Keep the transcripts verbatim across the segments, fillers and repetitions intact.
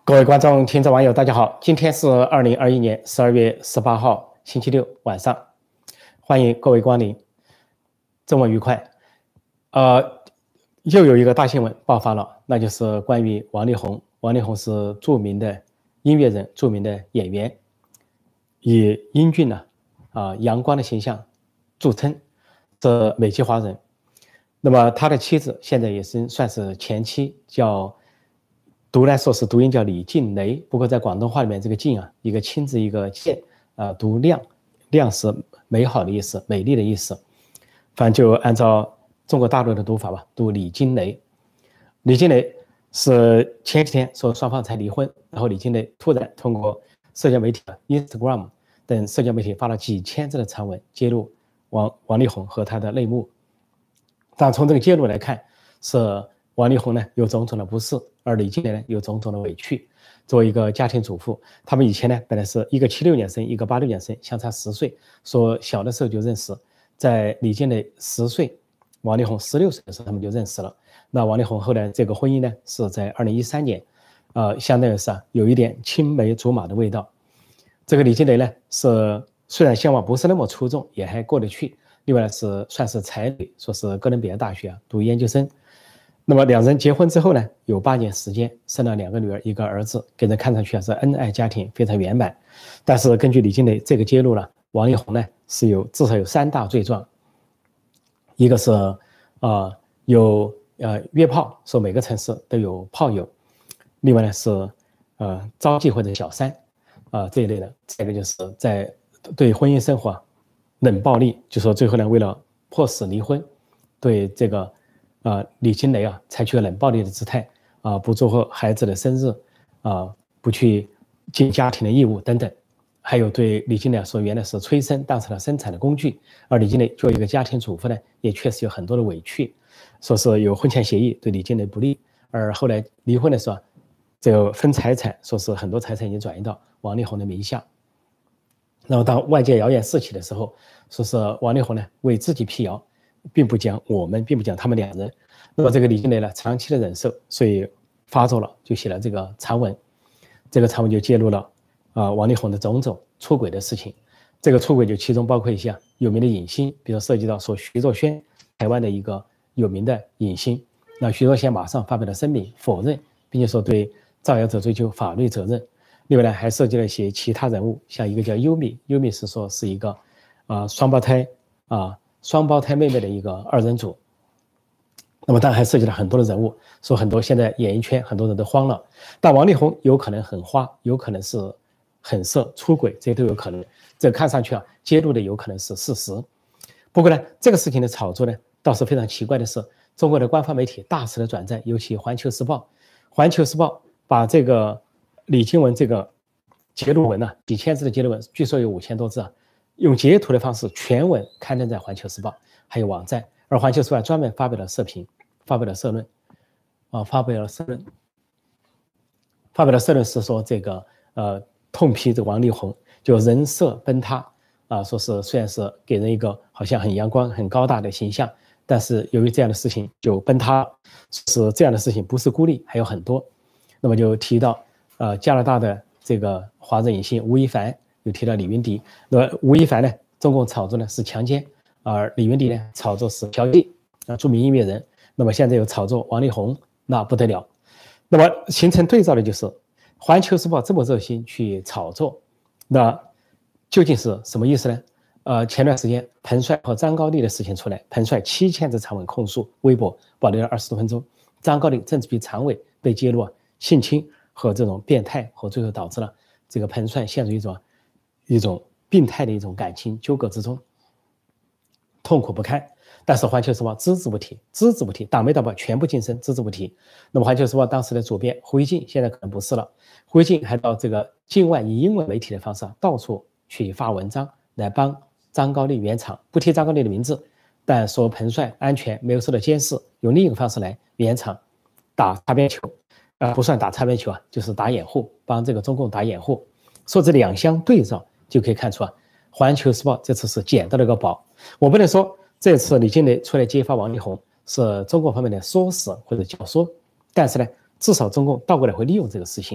各位观众、听众、网友，大家好！今天是二零二一年十二月十八号，星期六晚上，欢迎各位光临，周末愉快。呃，又有一个大新闻爆发了，那就是关于王力宏。王力宏是著名的音乐人、著名的演员，以英俊呢、啊、呃、阳光的形象著称，是美籍华人。那么他的妻子现在也是算是前妻，叫。读来说是读音叫李静蕾，不过在广东话里面这个静啊，一个亲字一个健，啊、呃，读亮，亮是美好的意思，美丽的意思。反正就按照中国大陆的读法吧，读李静蕾。李静蕾是前几天说双方才离婚，然后李静蕾突然通过社交媒体 Instagram 等社交媒体发了几千字的长文，揭露王王力宏和他的内幕。但从这个揭露来看，是王力宏呢有种种的不是，而李静蕾呢有种种的委屈。作为一个家庭主妇，他们以前呢本来是一个七六年生，一个八六年生，相差十岁，说小的时候就认识。在李静蕾十岁，王力宏十六岁的时候，他们就认识了。那王力宏后来这个婚姻呢是在二零一三年，呃，相当于是啊有一点青梅竹马的味道。这个李静蕾呢是虽然相貌不是那么出众，也还过得去。另外呢是算是才女，说是哥伦比亚大学啊读研究生。那么两人结婚之后呢，有八年时间，生了两个女儿，一个儿子，给人看上去啊是恩爱家庭，非常圆满。但是根据李静蕾这个揭露了，王力宏呢是有至少有三大罪状，一个是呃有呃约炮，说每个城市都有炮友；另外呢是呃招妓或者小三啊、呃、这一类的；再一个就是在对婚姻生活、啊、冷暴力，就说最后呢为了迫使离婚，对这个。啊、呃，李静蕾啊，采取了冷暴力的姿态啊、呃，不祝贺孩子的生日啊、呃，不去尽家庭的义务等等，还有对李静蕾说原来是催生当成了生产的工具，而李静蕾作为一个家庭主妇呢，也确实有很多的委屈，说是有婚前协议对李静蕾不利，而后来离婚的时候，这个分财产，说是很多财产已经转移到王力宏的名下。然后当外界谣言四起的时候，说是王力宏呢为自己辟谣。并不讲我们，并不讲他们两人。那么这个李静蕾呢，长期的忍受，所以发作了，就写了这个长文。这个长文就揭露了啊、呃、王力宏的种种出轨的事情。这个出轨就其中包括一些有名的影星，比如涉及到说徐若瑄，台湾的一个有名的影星。那徐若瑄马上发表了声明否认，并且说对造谣者追究法律责任。另外呢，还涉及了一些其他人物，像一个叫优米，优米是说是一个啊、呃、双胞胎啊。呃双胞胎妹妹的一个二人组，那么当然还涉及了很多的人物，说很多现在演艺圈很多人都慌了，但王力宏有可能很花，有可能是很色出轨，这些都有可能。这看上去啊，揭露的有可能是事实。不过呢，这个事情的炒作呢，倒是非常奇怪的是，中国的官方媒体大肆的转载，尤其《环球时报》，《环球时报》把这个李静文这个揭露文呢、啊，几千字的揭露文，据说有五千多字啊。用截图的方式全文刊登在《环球时报》还有网站，而《环球时报》专门发表了社评，发表了社论，啊，发表了社论，发表了社论是说这个呃痛批这个王力宏就人设崩塌啊，说是虽然是给人一个好像很阳光、很高大的形象，但是由于这样的事情就崩塌，是这样的事情不是孤立，还有很多。那么就提到呃加拿大的这个华人影星吴亦凡。又提到李云迪，那么吴亦凡呢，中共炒作呢是强奸，而李云迪呢炒作是嫖妓啊，著名音乐人。那么现在又炒作王力宏，那不得了。那么形成对照的就是《环球时报》这么热心去炒作，那究竟是什么意思呢？呃，前段时间彭帅和张高丽的事情出来，彭帅七千字长文控诉，微博保留了二十多分钟。张高丽政治局常委被揭露啊性侵和这种变态，和最后导致了这个彭帅陷入一种。一种病态的一种感情纠葛之中，痛苦不堪。但是《环球时报》只字不提，只字不提，党媒党报全部晋升，只字不提。那么《环球时报》当时的主编胡一静现在可能不是了，胡一静还到这个境外以英文媒体的方式啊，到处去发文章来帮张高丽圆场，不提张高丽的名字，但说彭帅安全没有受到监视，用另一个方式来圆场，打擦边球，啊、呃，不算打擦边球啊，就是打掩护，帮这个中共打掩护。说这两相对照，就可以看出啊，《环球时报》这次是捡到了个宝。我不能说这次李静蕾出来揭发王力宏是中共方面的唆使或者教唆，但是呢，至少中共倒过来会利用这个事情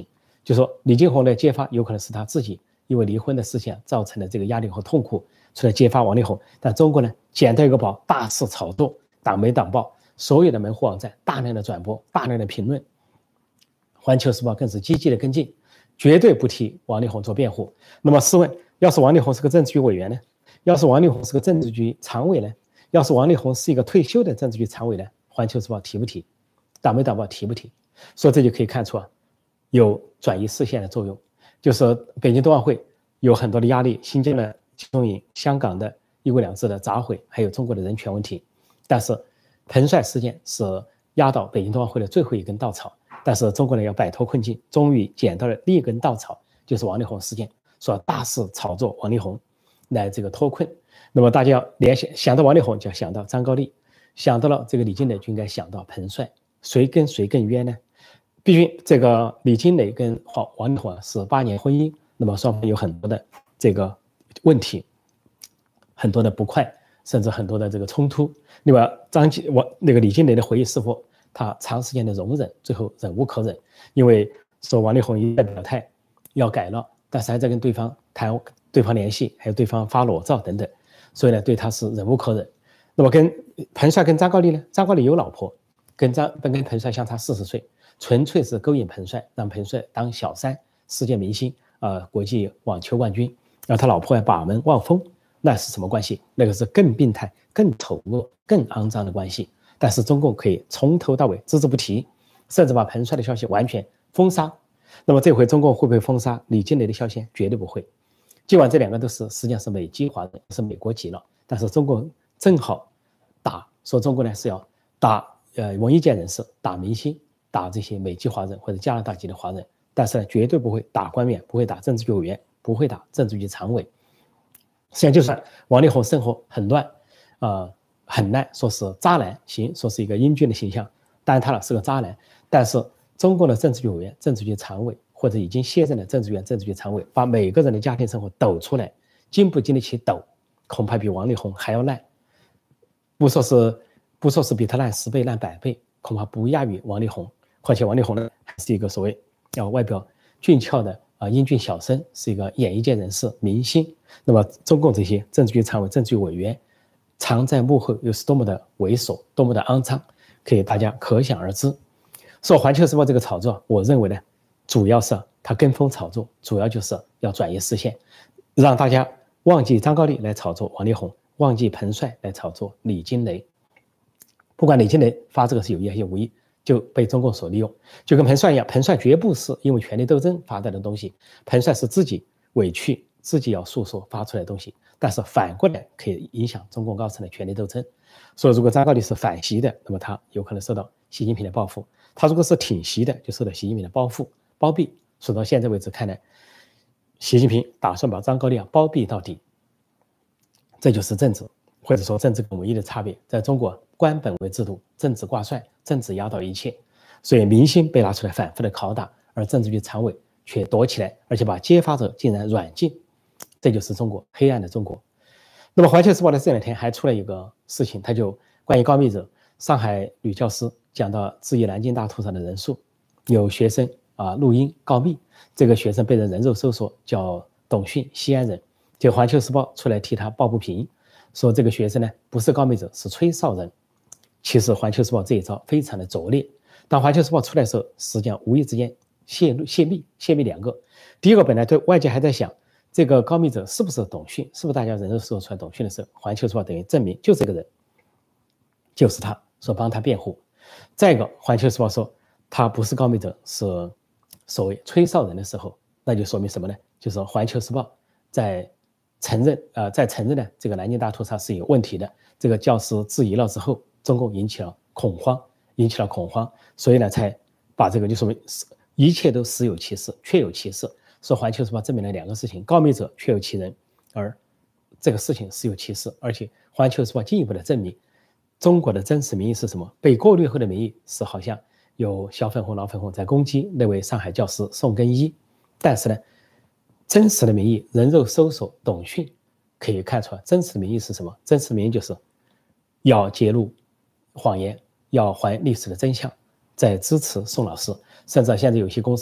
就说李金红的揭发有可能是他自己因为离婚的事情造成的这个压力和痛苦，出来揭发王力宏。但中国呢，捡到一个宝，大肆炒作，党媒党报所有的门户网站大量的转播，大量的评论，环球时报更是积极的跟进，绝对不替王力宏做辩护。那么试问，要是王力宏是个政治局委员呢？要是王力宏是个政治局常委呢？要是王力宏是一个退休的政治局常委呢？环球时报提不提？党媒党报提不提？所以这就可以看出啊，有转移视线的作用。就是北京冬奥会有很多的压力，新疆的集中营、香港的一国两制的砸毁，还有中国的人权问题。但是彭帅事件是压倒北京冬奥会的最后一根稻草。但是中国人要摆脱困境，终于捡到了另一根稻草，就是王力宏事件，说大肆炒作王力宏来这个脱困。那么大家要联想想到王力宏，就要想到张高丽，想到了这个李金磊，就应该想到彭帅，谁跟谁更冤呢？毕竟这个李金磊跟王王力宏是八年婚姻，那么双方有很多的这个问题，很多的不快，甚至很多的这个冲突。另外，张继我那个李金磊的回忆是否他长时间的容忍，最后忍无可忍，因为说王力宏一再表态要改了，但是还在跟对方谈、对方联系，还有对方发裸照等等，所以呢，对他是忍无可忍。那么跟彭帅跟张高丽呢？张高丽有老婆，跟张跟彭帅相差四十岁，纯粹是勾引彭帅，让彭帅当小三，世界明星，呃，国际网球冠军，然后他老婆还把门望风，那是什么关系？那个是更病态、更丑恶、更肮脏的关系。但是中共可以从头到尾只字不提，甚至把彭帅的消息完全封杀。那么这回中共会不会封杀李金磊的消息？绝对不会。尽管这两个都是实际上是美籍华人，是美国籍了，但是中共正好打说中国呢是要打呃文艺界人士、打明星、打这些美籍华人或者加拿大籍的华人，但是呢绝对不会打官员，不会打政治局委员，不会打政治局常委。实际上就算王力宏生活很乱，呃。很烂，说是渣男，行，说是一个英俊的形象，当然他了是个渣男，但是中共的政治局委员、政治局常委或者已经卸任的政治员、政治局常委，把每个人的家庭生活抖出来，经不经得起抖，恐怕比王力宏还要烂，不说是不说是比他烂十倍、烂百倍，恐怕不亚于王力宏。况且王力宏呢，还是一个所谓要外表俊俏的啊英俊小生，是一个演艺界人士、明星。那么中共这些政治局常委、政治局委员，藏在幕后又是多么的猥琐，多么的肮脏，可以大家可想而知。说环球时报这个炒作，我认为呢，主要是他跟风炒作，主要就是要转移视线，让大家忘记张高丽来炒作王力宏，忘记彭帅来炒作李金磊。不管李金磊发这个是有意还是无意，就被中共所利用，就跟彭帅一样，彭帅绝不是因为权力斗争发的东西，彭帅是自己委屈，自己要诉说发出来的东西。但是反过来可以影响中共高层的权力斗争，所以如果张高丽是反习的，那么他有可能受到习近平的报复；他如果是挺习的，就受到习近平的报复包庇。说到现在为止，看来习近平打算把张高丽啊包庇到底，这就是政治，或者说政治跟文艺的差别。在中国，官本位制度，政治挂帅，政治压倒一切，所以明星被拿出来反复的拷打，而政治局常委却躲起来，而且把揭发者竟然软禁。这就是中国黑暗的中国。那么环球时报的这两天还出了一个事情，他就关于告密者，上海女教师讲到质疑南京大屠杀的人数，有学生啊录音告密，这个学生被人人肉搜索，叫董迅，西安人，就环球时报出来替他抱不平，说这个学生呢不是告密者，是吹哨人。其实环球时报这一招非常的拙劣，当环球时报出来的时候，实际上无意之间泄露泄密泄密两个，第一个本来对外界还在想这个告密者是不是董迅，是不是大家人肉搜出来董迅的时候，环球时报等于证明就这个人，就是他，说帮他辩护。再一个，环球时报说他不是告密者，是所谓吹哨人的时候，那就说明什么呢？就是环球时报在承认呃在承认呢这个南京大屠杀是有问题的，这个教师质疑了之后，中共引起了恐慌，引起了恐慌，所以呢才把这个就说明一切都实有其事，确有其事。说环球时报证明了两个事情，告密者确有其人，而这个事情实有其事。而且环球时报进一步的证明，中国的真实民意是什么？被过滤后的民意是好像有小粉红、老粉红在攻击那位上海教师宋根一，但是呢，真实的民意，人肉搜索董迅，可以看出来真实的民意是什么？真实的民意就是要揭露谎言，要还历史的真相，在支持宋老师。甚至现在有些公司啊，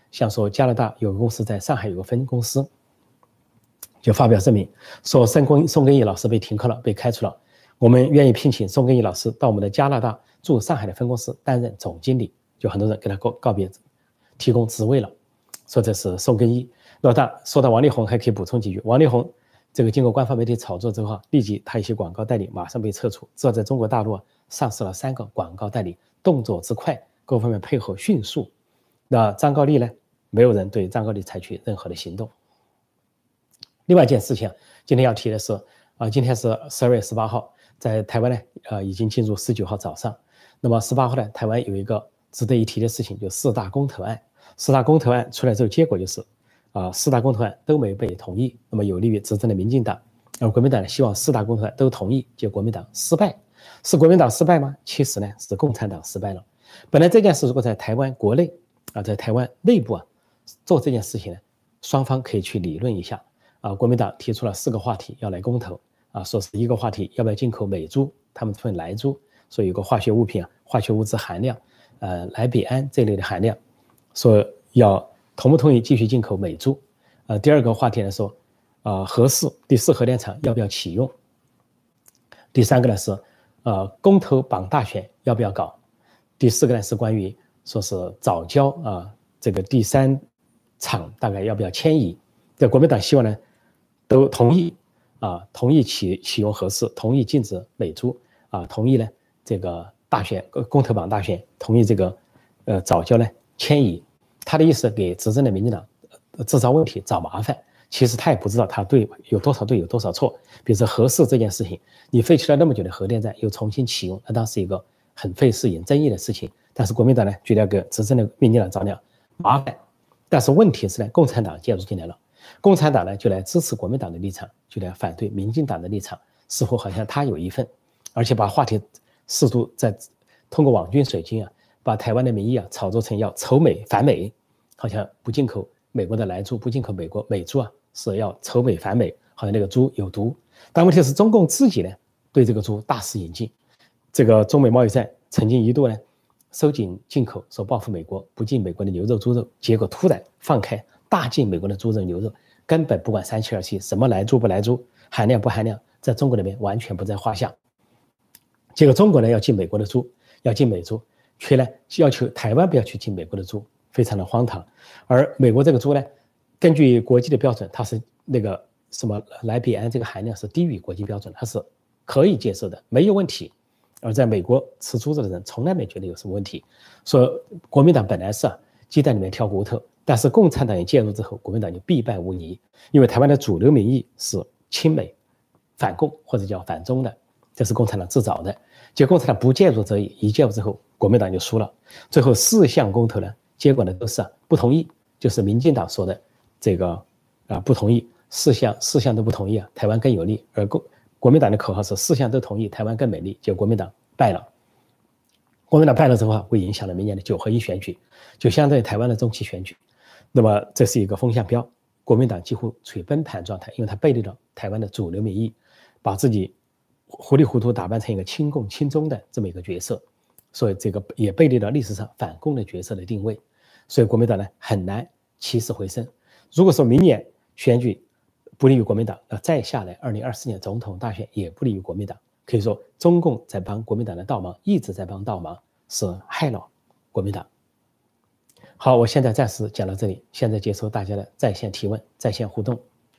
像说加拿大有个公司在上海有个分公司，就发表声明说宋根宋根义老师被停课了，被开除了。我们愿意聘请宋根义老师到我们的加拿大驻上海的分公司担任总经理。就很多人给他告告别，提供职位了，说这是宋根义。那当说到王力宏，还可以补充几句。王力宏这个经过官方媒体炒作之后，立即他一些广告代理马上被撤除。至少在中国大陆上市了三个广告代理，动作之快，各方面配合迅速。那张高丽呢？没有人对张高丽采取任何的行动。另外一件事情，今天要提的是，啊、呃，今天是十二月十八号，在台湾呢，呃，已经进入十九号早上。那么十八号呢，台湾有一个值得一提的事情，就四大公投案。四大公投案出来之后，结果就是，啊、呃，四大公投案都没被同意，那么有利于执政的民进党。而国民党呢，希望四大公投案都同意，结果国民党失败。是国民党失败吗？其实呢，是共产党失败了。本来这件事如果在台湾国内啊，在台湾内部啊做这件事情呢，双方可以去理论一下啊。国民党提出了四个话题要来公投啊，说是一个话题要不要进口美猪，他们分莱猪，说有个化学物品啊，化学物质含量。呃，莱比安这类的含量，说要同不同意继续进口美猪？呃，第二个话题呢说，呃，核四第四核电厂要不要启用？第三个呢是，呃，公投绑大选要不要搞？第四个呢是关于说是早教啊、呃，这个第三厂大概要不要迁移？这国民党希望呢都同意啊、呃，同意启启用核四，同意禁止美猪啊、呃，同意呢这个。大选公投绑大选，同意这个呃早教呢迁移，他的意思给执政的民进党制造问题找麻烦，其实他也不知道他对有多少对有多少错。比如说核四这件事情，你废弃了那么久的核电站又重新启用，那当是一个很费事引争议的事情。但是国民党呢觉得要给执政的民进党找点麻烦，但是问题是呢，共产党介入进来了，共产党呢就来支持国民党的立场，就来反对民进党的立场，似乎好像他有一份，而且把话题。试图在通过网军水军啊，把台湾的民意啊炒作成要仇美反美，好像不进口美国的莱猪，不进口美国美猪啊，是要仇美反美，好像那个猪有毒。但问题是中共自己呢对这个猪大肆引进，这个中美贸易战曾经一度呢收紧进口，说报复美国，不进美国的牛肉、猪肉，结果突然放开大进美国的猪肉、牛肉，根本不管三七二七，什么莱猪不莱猪，含量不含量，在中国那边完全不在话下。结果中国呢要进美国的猪，要进美猪，却呢要求台湾不要去进美国的猪，非常的荒唐。而美国这个猪呢，根据国际的标准，它是那个什么莱比安这个含量是低于国际标准，它是可以接受的，没有问题。而在美国吃猪肉的人从来没觉得有什么问题。说国民党本来是啊鸡蛋里面挑骨头，但是共产党也介入之后，国民党就必败无疑。因为台湾的主流民意是亲美、反共或者叫反中的。这是共产党自找的，结果共产党不介入则已，一介入之后，国民党就输了。最后四项公投呢，结果呢都是、啊、不同意，就是民进党说的这个啊不同意，四项四项都不同意啊，台湾更有利。而国国民党的口号是四项都同意，台湾更美丽，结果国民党败了。国民党败了之后啊，会影响了明年的九合一选举，就相当于台湾的中期选举。那么这是一个风向标，国民党几乎处于崩盘状态，因为他背离了台湾的主流民意，把自己。糊里糊涂打扮成一个亲共亲中的这么一个角色，所以这个也背离了历史上反共的角色的定位，所以国民党呢很难起死回生。如果说明年选举不利于国民党，那再下来二零二四年总统大选也不利于国民党。可以说中共在帮国民党的倒忙，一直在帮倒忙，是害了国民党。好，我现在暂时讲到这里，现在接受大家的在线提问、在线互动。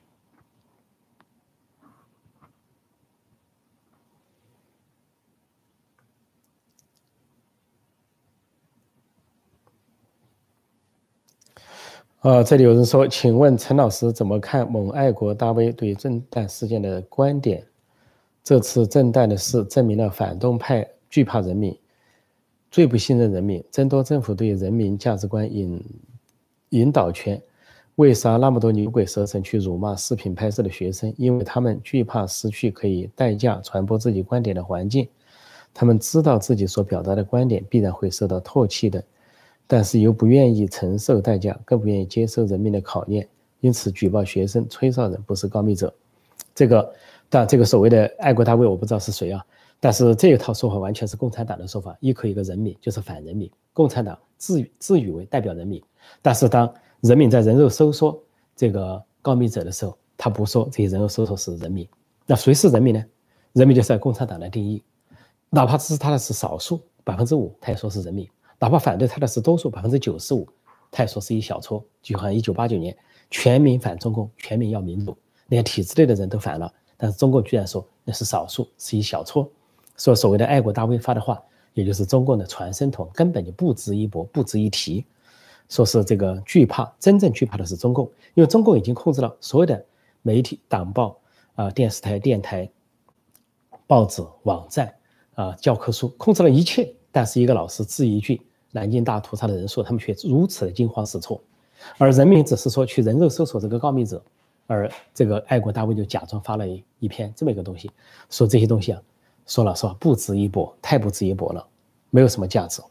呃，这里有人说，请问陈老师怎么看某爱国大 V 对震旦事件的观点？这次震旦的事证明了反动派惧怕人民，最不信任人民，争夺政府对人民价值观引引导权。为啥那么多牛鬼蛇神去辱骂视频拍摄的学生？因为他们惧怕失去可以代价传播自己观点的环境，他们知道自己所表达的观点必然会受到唾弃的。但是又不愿意承受代价，更不愿意接受人民的考验，因此举报学生吹哨人不是告密者。这个，但这个所谓的爱国大 V 我不知道是谁啊， 但是这一套说法完全是共产党的说法，一口一个人民就是反人民，共产党自自诩为代表人民，但是当人民在人肉搜索这个告密者的时候，他不说这些人肉搜索是人民，那谁是人民呢？人民就是按共产党的定义，哪怕支持他的是少数百分之五，他也说是人民；哪怕反对他的是多数百分之九十五，他也说是一小撮。就好像一九八九年全民反中共，全民要民主，连体制内的人都反了，但是中共居然说那是少数，是一小撮。说所谓的爱国大卫发的话，也就是中共的传声筒，根本就不值一驳，不值一提。说是这个惧怕，真正惧怕的是中共，因为中共已经控制了所有的媒体、党报啊、呃、电视台、电台、报纸、网站啊、呃、教科书，控制了一切。但是一个老师质疑一句南京大屠杀的人数，他们却如此的惊慌失措。而人民只是说去人肉搜索这个告密者，而这个爱国大卫就假装发了一一篇这么一个东西，说这些东西啊。说老实话，不值一驳，太不值一驳了，没有什么价值。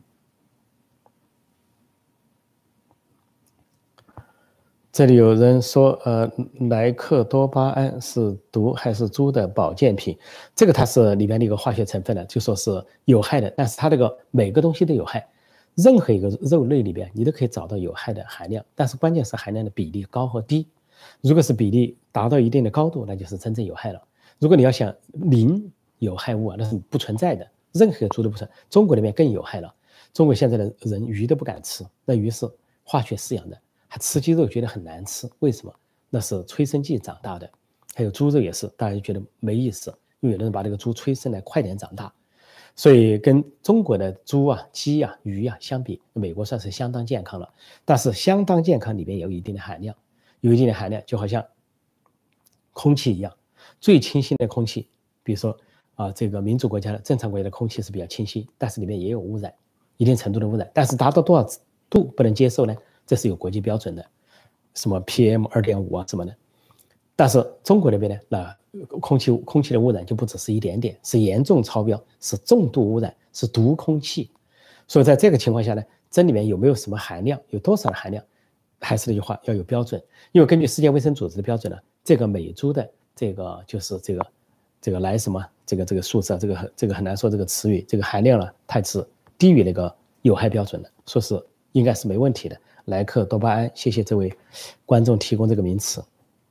这里有人说，呃，莱克多巴胺是毒还是猪的保健品？这个它是里面的一个化学成分的，就说是有害的，但是它这个每个东西都有害，任何一个肉类里边你都可以找到有害的含量，但是关键是含量的比例高和低。如果是比例达到一定的高度，那就是真正有害了。如果你要想零有害物啊，那是不存在的，任何猪都不存在。中国那边更有害了，中国现在的人鱼都不敢吃，那鱼是化学饲养的，还吃鸡肉觉得很难吃，为什么？那是催生剂长大的。还有猪肉也是，大家就觉得没意思，因为有的人把这个猪催生来快点长大，所以跟中国的猪啊、鸡啊、鱼啊相比，美国算是相当健康了。但是相当健康里面有一定的含量，有一定的含量，就好像空气一样，最清新的空气，比如说。啊，这个民主国家的正常国家的空气是比较清新，但是里面也有污染，一定程度的污染，但是达到多少度不能接受呢？这是有国际标准的，什么 P M 二点五 啊什么的。但是中国那边呢，那空气空气的污染就不只是一点点，是严重超标，是重度污染，是毒空气。所以在这个情况下呢，这里面有没有什么含量，有多少的含量，还是那句话，要有标准。因为根据世界卫生组织的标准呢，这个美猪的这个就是这个。这个来什么？这个这个数字啊，这个这个很难说这个词语，这个含量呢，太是低于那个有害标准的，说是应该是没问题的。莱克多巴胺，谢谢这位观众提供这个名词。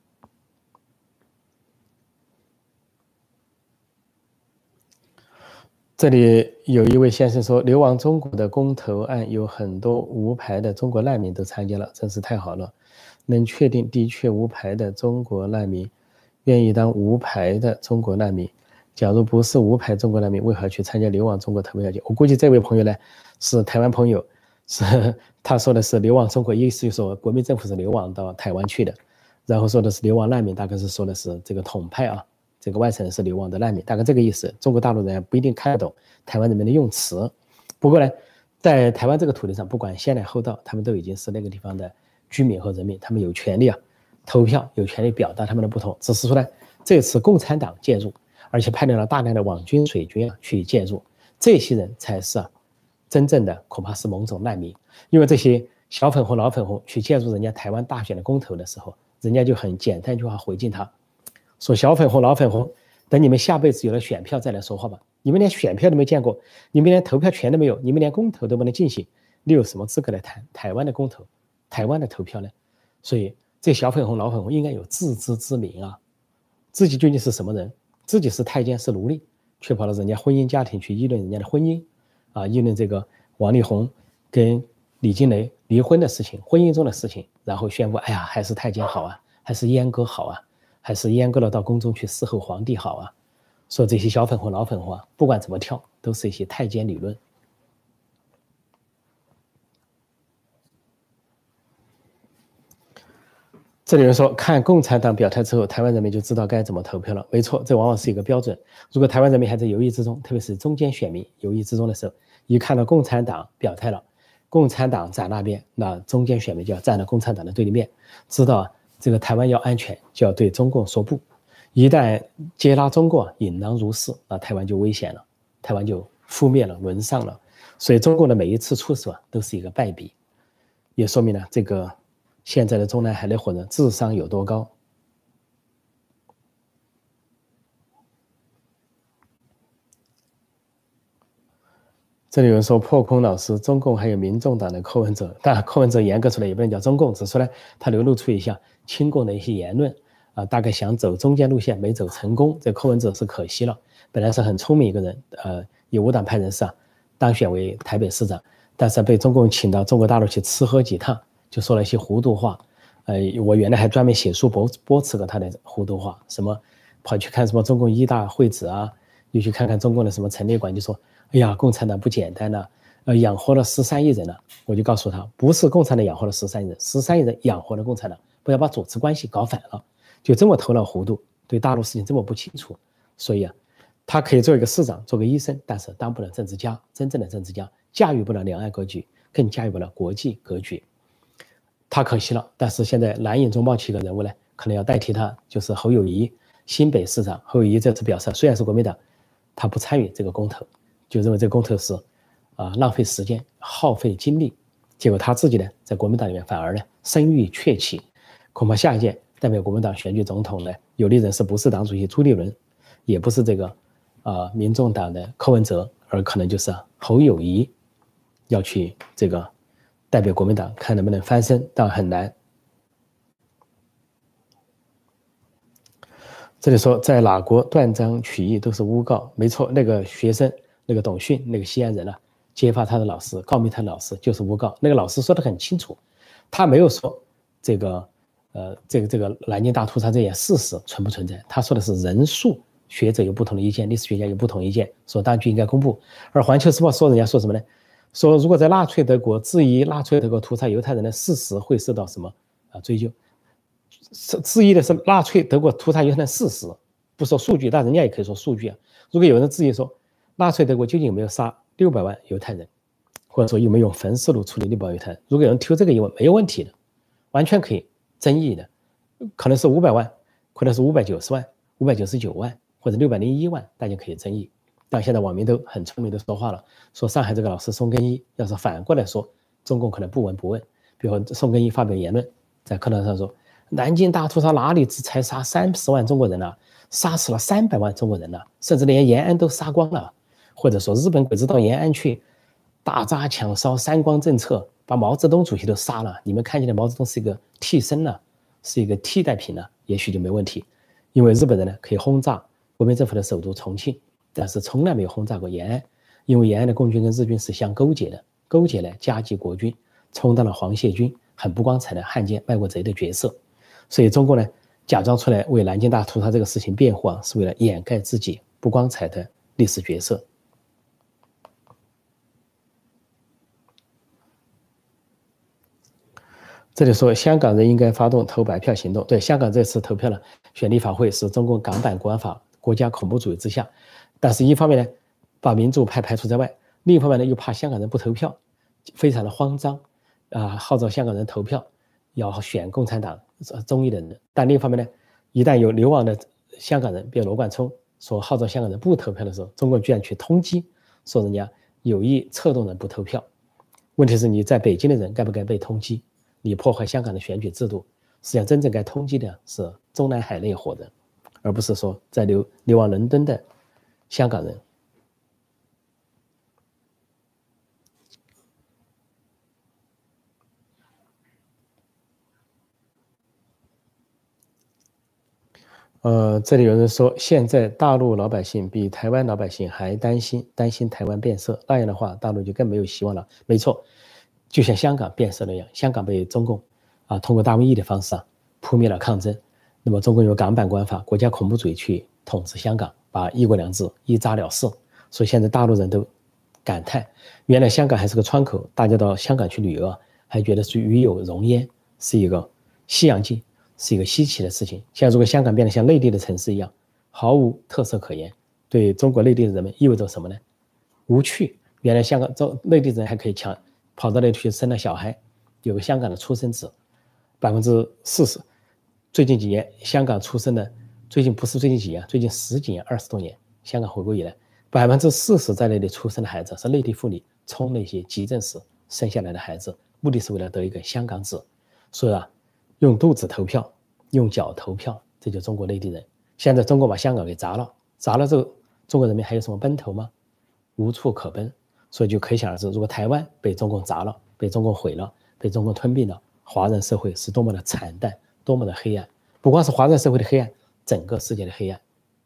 这里有一位先生说，流亡中国的公投案有很多无牌的中国难民都参加了，真是太好了。能确定的确无牌的中国难民愿意当无牌的中国难民，假如不是无牌中国难民，为何去参加流亡中国投票权？我估计这位朋友呢是台湾朋友，是他说的是流亡中国，意思就是说国民政府是流亡到台湾去的，然后说的是流亡难民，大概是说的是这个统派啊，这个外省人是流亡的难民，大概这个意思。中国大陆人不一定看得懂台湾人民的用词，不过呢，在台湾这个土地上，不管先来后到，他们都已经是那个地方的居民和人民，他们有权利啊。投票有权利表达他们的不同，只是说呢，这次共产党介入，而且派了大量的网军、水军啊去介入，这些人才是啊真正的恐怕是某种难民，因为这些小粉红、老粉红去介入人家台湾大选的公投的时候，人家就很简单一句话回敬他，说小粉红、老粉红，等你们下辈子有了选票再来说话吧，你们连选票都没见过，你们连投票权都没有，你们连公投都不能进行，你有什么资格来谈台湾的公投、台湾的投票呢？所以。这小粉红、老粉红应该有自知之明啊，自己究竟是什么人？自己是太监是奴隶，却跑到人家婚姻家庭去议论人家的婚姻，啊，议论这个王力宏跟李金雷离婚的事情、婚姻中的事情，然后宣布，哎呀，还是太监好啊，还是阉割好啊，还是阉割了到宫中去伺候皇帝好啊。说这些小粉红、老粉红啊，不管怎么跳，都是一些太监理论。这里人说，看共产党表态之后，台湾人民就知道该怎么投票了。没错，这往往是一个标准。如果台湾人民还在犹豫之中，特别是中间选民犹豫之中的时候，一看到共产党表态了，共产党在那边，那中间选民就要站到共产党的对立面，知道这个台湾要安全，就要对中共说不。一旦接纳中共引狼入室，那台湾就危险了，台湾就覆灭了，沦丧了。所以中共的每一次出手啊，都是一个败笔，也说明了这个。现在的中南海的伙人智商有多高？ 这里有人说破空老师，中共还有民众党的柯文哲，当然柯文哲严格出来也不能叫中共，只是说呢，他流露出一下亲共的一些言论啊，大概想走中间路线没走成功，这柯文哲是可惜了，本来是很聪明一个人，呃，以无党派人士啊当选为台北市长，但是被中共请到中国大陆去吃喝几趟，就说了一些糊涂话，呃，我原来还专门写书驳驳斥过他的糊涂话，什么跑去看什么中共一大会址啊，又去看看中共的什么陈列馆，就说。哎呀，共产党不简单了，呃，养活了十三亿人了。我就告诉他，不是共产党养活了十三亿人，十三亿人养活了共产党，不要把主次关系搞反了。就这么头脑糊涂，对大陆事情这么不清楚，所以啊，他可以做一个市长，做个医生，但是当不了政治家，真正的政治家，驾驭不了两岸格局，更驾驭不了国际格局。他可惜了，但是现在蓝营中报七个人物呢，可能要代替他，就是侯友宜，新北市长侯友宜这次表示，虽然是国民党，他不参与这个公投。就认为这个公投是，啊、呃、浪费时间、耗费精力，结果他自己呢，在国民党里面反而呢声誉鹊起，恐怕下一届代表国民党选举总统呢，有利人士不是党主席朱立伦，也不是这个啊、呃、民众党的柯文哲，而可能就是侯友宜要去这个代表国民党，看能不能翻身，但很难。这里说在哪国断章取义都是诬告，没错，那个学生。那个董训，那个西安人啊，揭发他的老师，告密他的老师就是诬告。那个老师说得很清楚，他没有说这个，呃，这个这个南京大屠杀这件事实存不存在，他说的是人数，学者有不同的意见，历史学家有不同意见，说当局应该公布。而环球时报说人家说什么呢？说如果在纳粹德国质疑纳粹德国屠杀犹太人的事实，会受到什么啊追究？质疑的是纳粹德国屠杀犹太人的事实，不说数据，但人家也可以说数据啊。如果有人质疑说，纳粹德国究竟有没有杀六百万犹太人，或者说有没有用焚尸炉处理六百万犹太人？如果有人提出这个疑问，没有问题的，完全可以争议的，可能是五百万，可能是五百九十万、五百九十九万或者六百零一万，大家可以争议。但现在网民都很聪明的说话了，说上海这个老师宋根一，要是反过来说，中共可能不闻不问。比如说宋根一发表言论，在课堂上说，南京大屠杀哪里只才杀三十万中国人啊，杀死了三百万中国人了，甚至连延安都杀光了。或者说日本鬼子到延安去大扎抢烧三光政策，把毛泽东主席都杀了，你们看见的毛泽东是一个替身了，是一个替代品了，也许就没问题。因为日本人呢可以轰炸国民政府的首都重庆，但是从来没有轰炸过延安，因为延安的共军跟日军是相勾结的，勾结了夹击国军，充当了黄蟹军很不光彩的汉奸卖国贼的角色。所以中国呢假装出来为南京大屠杀这个事情辩护啊，是为了掩盖自己不光彩的历史角色。这里说香港人应该发动投白票行动，对，香港这次投票呢，选立法会是中共港版国安法国家恐怖主义之下，但是一方面呢，把民主派排除在外，另一方面呢，又怕香港人不投票，非常的慌张啊、呃，号召香港人投票，要选共产党中意的人。但另一方面呢，一旦有流亡的香港人，比如罗冠聪说号召香港人不投票的时候，中国居然去通缉，说人家有意策动人不投票。问题是你在北京的人该不该被通缉？你破坏香港的选举制度，实际上真正该通缉的是中南海内伙人，而不是说在流流亡伦敦的香港人。呃，这里有人说，现在大陆老百姓比台湾老百姓还担心，担心台湾变色，那样的话，大陆就更没有希望了。没错，就像香港变色那样，香港被中共啊通过大瘟疫的方式啊扑灭了抗争，那么中共用港版国安法、国家恐怖主义去统治香港，把一国两制一扎了事。所以现在大陆人都感叹，原来香港还是个窗口，大家到香港去旅游，还觉得是与有荣焉，是一个西洋镜。是一个稀奇的事情。现在如果香港变得像内地的城市一样，毫无特色可言，对中国内地的人们意味着什么呢？无趣。原来香港中内地人还可以抢跑到那里去生了小孩，有个香港的出生纸，百分之四十。最近几年，香港出生的，最近不是最近几年，最近十几年、二十多年，香港回归以来，百分之四十在内地出生的孩子是内地妇女充那些急诊室生下来的孩子，目的是为了得一个香港纸。所以啊。用肚子投票，用脚投票，这就是中国内地人。现在中国把香港给砸了，砸了之后，中国人民还有什么奔头吗？无处可奔。 所以就可想而知，如果台湾被中共砸了，被中共毁了，被中共吞并了，华人社会是多么的惨淡，多么的黑暗。不光是华人社会的黑暗，整个世界的黑暗。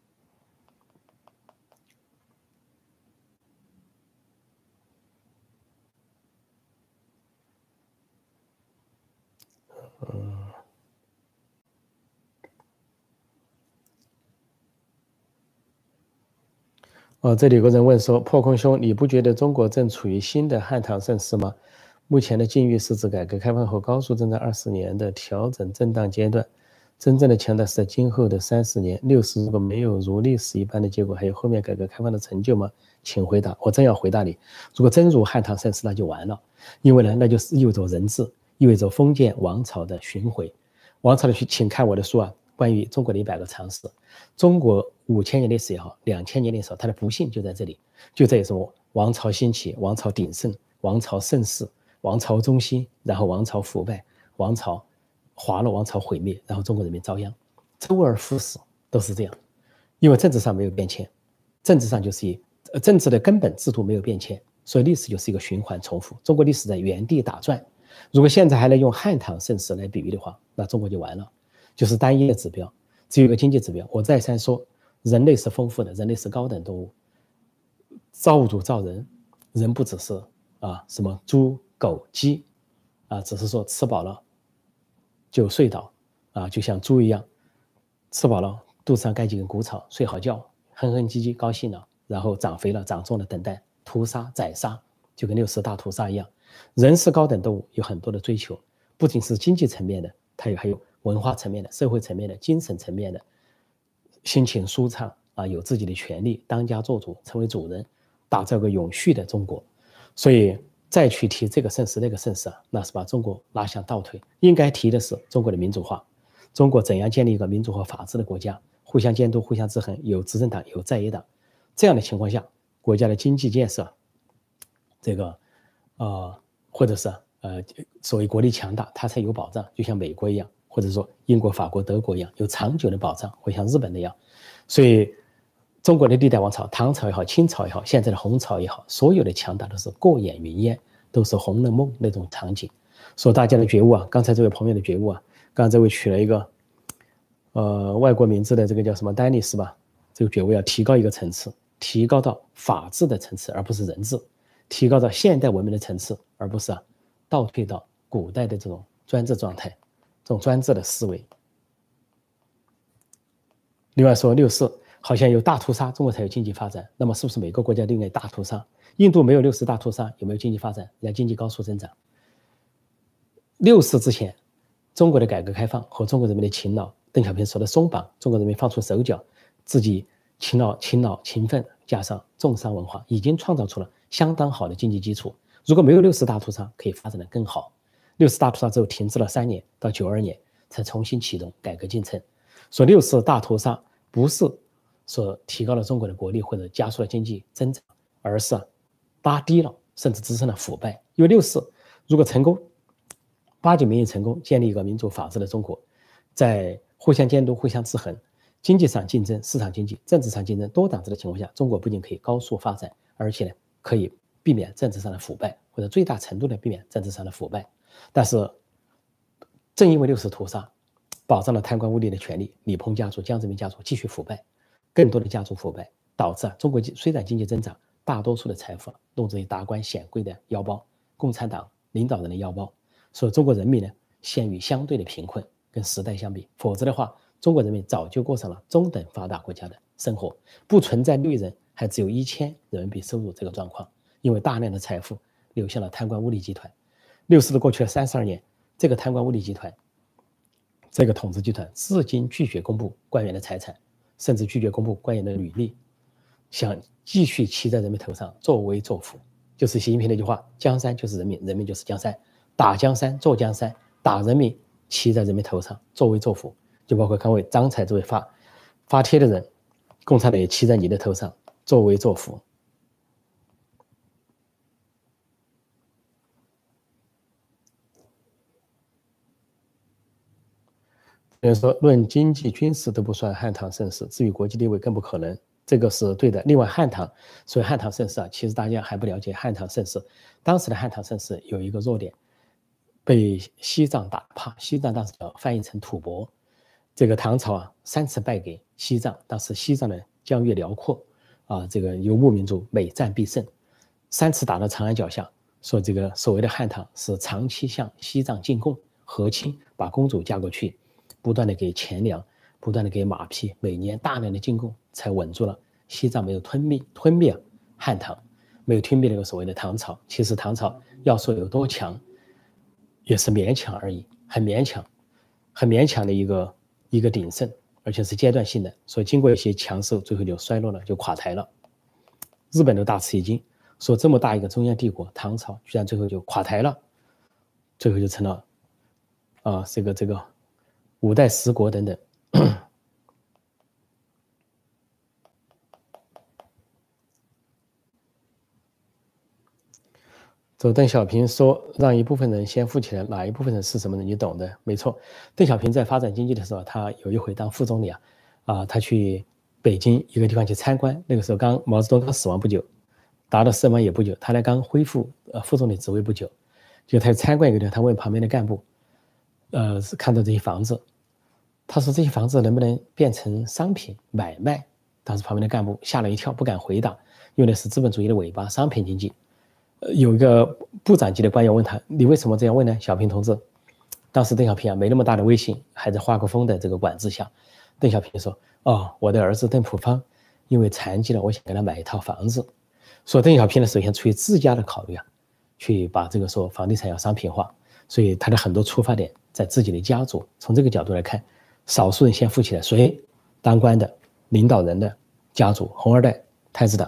嗯。哦，这里有个人问说：“破空兄，你不觉得中国正处于新的汉唐盛世吗？目前的境遇是指改革开放后高速增长二十年的调整震荡阶段，真正的强大是在今后的三十年。六十如果没有如历史一般的结果，还有后面改革开放的成就吗？请回答。”我真要回答你，如果真如汉唐盛世，那就完了，因为呢，那就是意味着人治，意味着封建王朝的巡回。王朝的去，请看我的书啊，关于中国的一百个常识。中国五千年历史也好，两千年历史也好，它的不幸就在这里，就在于什么？王朝兴起，王朝鼎盛，王朝盛世，王朝中兴，然后王朝腐败，王朝滑落，王朝毁灭，然后中国人民遭殃，周而复始，都是这样。因为政治上没有变迁，政治上就是以呃政治的根本制度没有变迁，所以历史就是一个循环重复。中国历史在原地打转。如果现在还能用汉唐盛世来比喻的话，那中国就完了，就是单一的指标。只有一个经济指标。我再三说，人类是丰富的，人类是高等动物，造物主造人，人不只是啊什么猪狗鸡啊，只是说吃饱了就睡倒啊，就像猪一样，吃饱了肚子上盖几根谷草，睡好觉，哼哼唧唧高兴了，然后长肥了长重了，等待屠杀宰杀，就跟六十大屠杀一样。人是高等动物，有很多的追求，不仅是经济层面的，它有还有文化层面的、社会层面的、精神层面的，心情舒畅啊，有自己的权利，当家做主，成为主人，打造个永续的中国。所以再去提这个盛世那个盛世啊，那是把中国拉向倒退。应该提的是中国的民主化，中国怎样建立一个民主和法治的国家，互相监督、互相制衡，有执政党，有在野党。这样的情况下，国家的经济建设，这个呃，或者是呃，所谓国力强大，它才有保障，就像美国一样，或者说英国、法国、德国一样，有长久的保障，会像日本那样。所以，中国的历代王朝，唐朝也好，清朝也好，现在的红朝也好，所有的强大都是过眼云烟，都是《红楼梦》那种场景。说大家的觉悟啊，刚才这位朋友的觉悟啊，刚才这位取了一个呃外国名字的这个叫什么丹尼斯吧，这个觉悟要提高一个层次，提高到法治的层次，而不是人治。提高到现代文明的层次，而不是啊倒退到古代的这种专制状态，这种专制的思维。另外说六四好像有大屠杀，中国才有经济发展，那么是不是每个国家都应该大屠杀？印度没有六四大屠杀，有没有经济发展？人家经济高速增长。六四之前，中国的改革开放和中国人民的勤劳，邓小平说的松绑，中国人民放出手脚，自己勤劳、勤劳、勤奋，加上重商文化，已经创造出了相当好的经济基础。如果没有六四大屠杀，可以发展得更好。六四大屠杀之后停滞了三年，到九二年才重新启动改革进程。说六四大屠杀不是说提高了中国的国力或者加速了经济增长，而是拉低了甚至滋生了腐败。因为六四如果成功，八九民运成功，建立一个民主法治的中国，在互相监督、互相制衡，经济上竞争、市场经济、政治上竞争多档次的情况下，中国不仅可以高速发展，而且呢可以避免政治上的腐败，或者最大程度的避免政治上的腐败。但是正因为六四屠杀保障了贪官污吏的权利，李鹏家族、江泽民家族继续腐败，更多的家族腐败，导致啊中国虽然经济增长，大多数的财富落入于达官显贵的腰包，共产党领导人的腰包，所以中国人民呢陷于相对的贫困，跟时代相比，否则的话，中国人民早就过上了中等发达国家的生活，不存在绿人还只有一千人民币收入这个状况，因为大量的财富流向了贪官污吏集团。六四的过去了三十二年，这个贪官污吏集团，这个统治集团至今拒绝公布官员的财产，甚至拒绝公布官员的履历，想继续骑在人民头上作威作福。就是习近平那句话：江山就是人民，人民就是江山，打江山坐江山，打人民骑在人民头上作威作福。就包括刚为张才这位发发帖的人，共产党也骑在你的头上作威作福。有人说论经济军事都不算汉唐盛世，至于国际地位更不可能。 这个是对的。另外，汉唐，所谓汉唐盛世啊，其实大家还不了解汉唐盛世。当时的汉唐盛世有一个弱点，被西藏打趴。西藏当时叫翻译成吐蕃。这个唐朝啊，三次败给西藏。当时西藏的疆域辽阔啊，这个游牧民族每战必胜，三次打到长安脚下。说这个所谓的汉唐是长期向西藏进贡，和亲，把公主嫁过去，不断的给钱粮，不断的给马匹，每年大量的进贡，才稳住了西藏，没有吞灭吞灭汉唐，没有吞灭那个所谓的唐朝。其实唐朝要说有多强，也是勉强而已，很勉强，很勉强的一个一个鼎盛，而且是阶段性的。所以经过一些强势，最后就衰落了，就垮台了。日本都大吃一惊。说这么大一个中央帝国唐朝居然最后就垮台了，最后就成了啊这个这个五代十国等等。走邓小平说让一部分人先富起来，哪一部分人是什么人你懂的。没错，邓小平在发展经济的时候，他有一回当副总理啊啊他去北京一个地方去参观，那个时候刚毛泽东刚死亡不久，达到死亡也不久，他才刚恢复呃副总理职位不久，就他参观一个地方，他问旁边的干部，呃，看到这些房子，他说这些房子能不能变成商品买卖？当时旁边的干部吓了一跳，不敢回答，用的是资本主义的尾巴，商品经济。呃，有一个部长级的官员问他，你为什么这样问呢？小平同志，当时邓小平啊没那么大的威信，还在华国锋的这个管制下，邓小平说，哦，我的儿子邓朴方因为残疾了，我想给他买一套房子。说邓小平呢，首先出于自家的考虑啊，去把这个说房地产要商品化，所以他的很多出发点在自己的家族。从这个角度来看，少数人先富起来，谁？当官的、领导人的家族，红二代、太子党。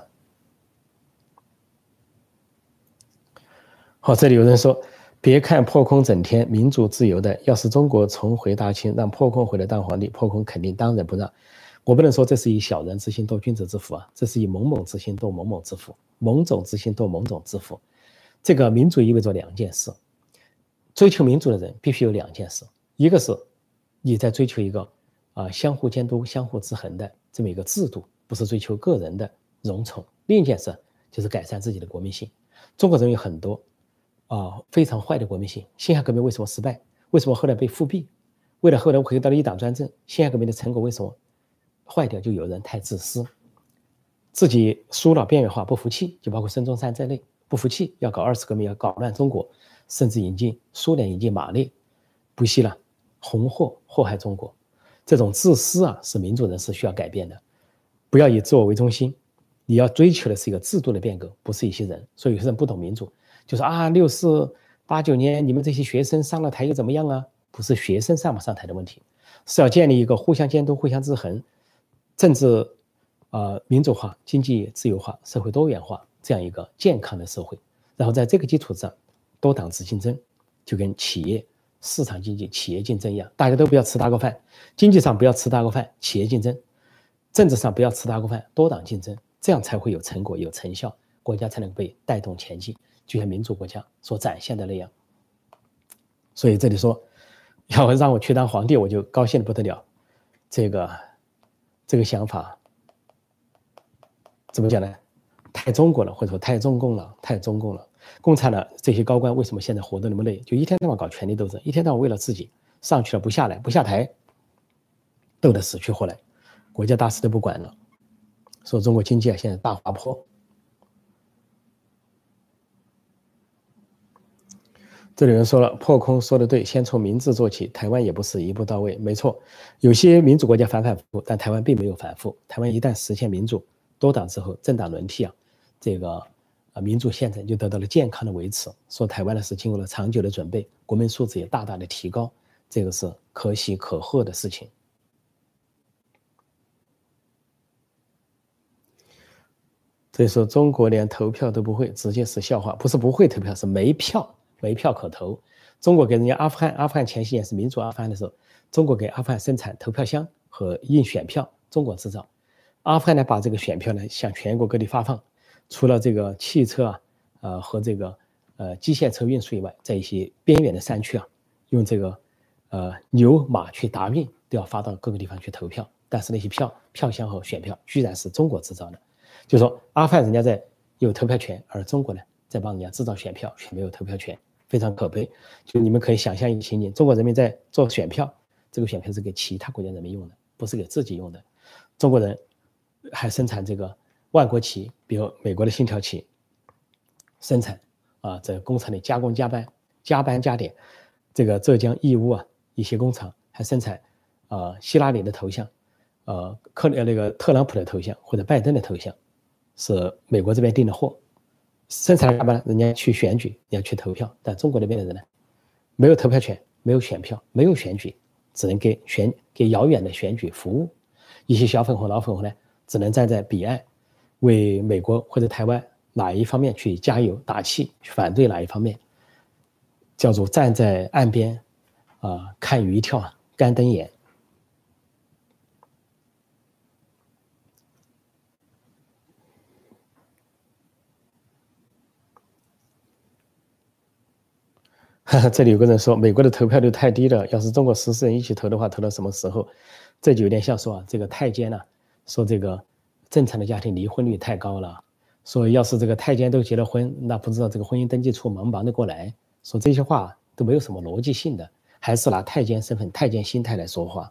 好，这里有人说，别看破空整天民主自由的，要是中国重回大清，让破空回来当皇帝，破空肯定当仁不让。我不能说这是以小人之心斗君子之腹啊，这是以猛猛之心斗猛猛之腹，猛种之心斗猛种之腹。这个民主意味着两件事，追求民主的人必须有两件事，一个是你在追求一个啊、呃、相互监督、相互制衡的这么一个制度，不是追求个人的荣宠；另一件事就是改善自己的国民性。中国人有很多啊、呃、非常坏的国民性。辛亥革命为什么失败？为什么后来被复辟？为了后来回到了一党专政，辛亥革命的成果为什么坏掉？就有人太自私，自己输了边缘化不服气，就包括孙中山在内不服气，要搞二次革命，要搞乱中国，甚至引进苏联引进马列，不惜了红祸祸害中国。这种自私啊，是民主人士需要改变的。不要以自我为中心，你要追求的是一个制度的变革，不是一些人。所以有些人不懂民主，就说啊，六四八九年你们这些学生上了台又怎么样啊？不是学生上不上台的问题，是要建立一个互相监督、互相制衡。政治呃民主化、经济自由化、社会多元化这样一个健康的社会，然后在这个基础上多党制竞争，就跟企业市场经济、企业竞争一样，大家都不要吃大锅饭，经济上不要吃大锅饭，企业竞争；政治上不要吃大锅饭，多党竞争，这样才会有成果、有成效，国家才能被带动前进，就像民主国家所展现的那样。所以这里说要让我去当皇帝，我就高兴得不得了。这个这个想法怎么讲呢？太中国了，或者说太中共了，太中共了。共产党这些高官为什么现在活得那么累？就一天到晚搞权力斗争，一天到晚为了自己上去了不下来，不下台，斗得死去活来，国家大事都不管了。说中国经济啊现在大滑坡。这里人说了，破空说的对，先从民治做起，台湾也不是一步到位。没错，有些民主国家反反复复，但台湾并没有反复。台湾一旦实现民主多党之后，政党轮替啊，这个啊民主宪政就得到了健康的维持。说台湾呢是经过了长久的准备，国民素质也大大的提高，这个是可喜可贺的事情。所以说中国连投票都不会，直接是笑话。不是不会投票，是没票。没票可投。中国给人家阿富汗，阿富汗前些年是民主阿富汗的时候，中国给阿富汗生产投票箱和印选票，中国制造。阿富汗呢把这个选票呢向全国各地发放，除了这个汽车啊，呃和这个呃机械车运输以外，在一些边远的山区啊，用这个呃牛马去达运，都要发到各个地方去投票。 但是那些票票箱和选票居然是中国制造的，就说阿富汗人家在有投票权，而中国呢在帮人家制造选票，却没有投票权，非常可悲。就你们可以想象一个情景，中国人民在做选票，这个选票是给其他国家人民用的，不是给自己用的。中国人还生产这个万国旗，比如美国的星条旗，生产啊，在工厂里加工加班，加班加点。这个浙江义乌啊，一些工厂还生产呃希拉里的头像，呃克那个特朗普的头像或者拜登的头像，是美国这边订的货，生产了干嘛呢？人家去选举，人家去投票，但中国那边的人呢，没有投票权，没有选票，没有选举，只能给选给遥远的选举服务。一些小粉红、老粉红呢，只能站在彼岸，为美国或者台湾哪一方面去加油打气，去反对哪一方面，叫做站在岸边啊、呃、看鱼跳，干瞪眼。这里有个人说，美国的投票率太低了，要是中国十四人一起投的话，投到什么时候？这就有点像说啊，这个太监呢、啊，说这个正常的家庭离婚率太高了，说要是这个太监都结了婚，那不知道这个婚姻登记处忙不忙得过来？说这些话都没有什么逻辑性的，还是拿太监身份、太监心态来说话。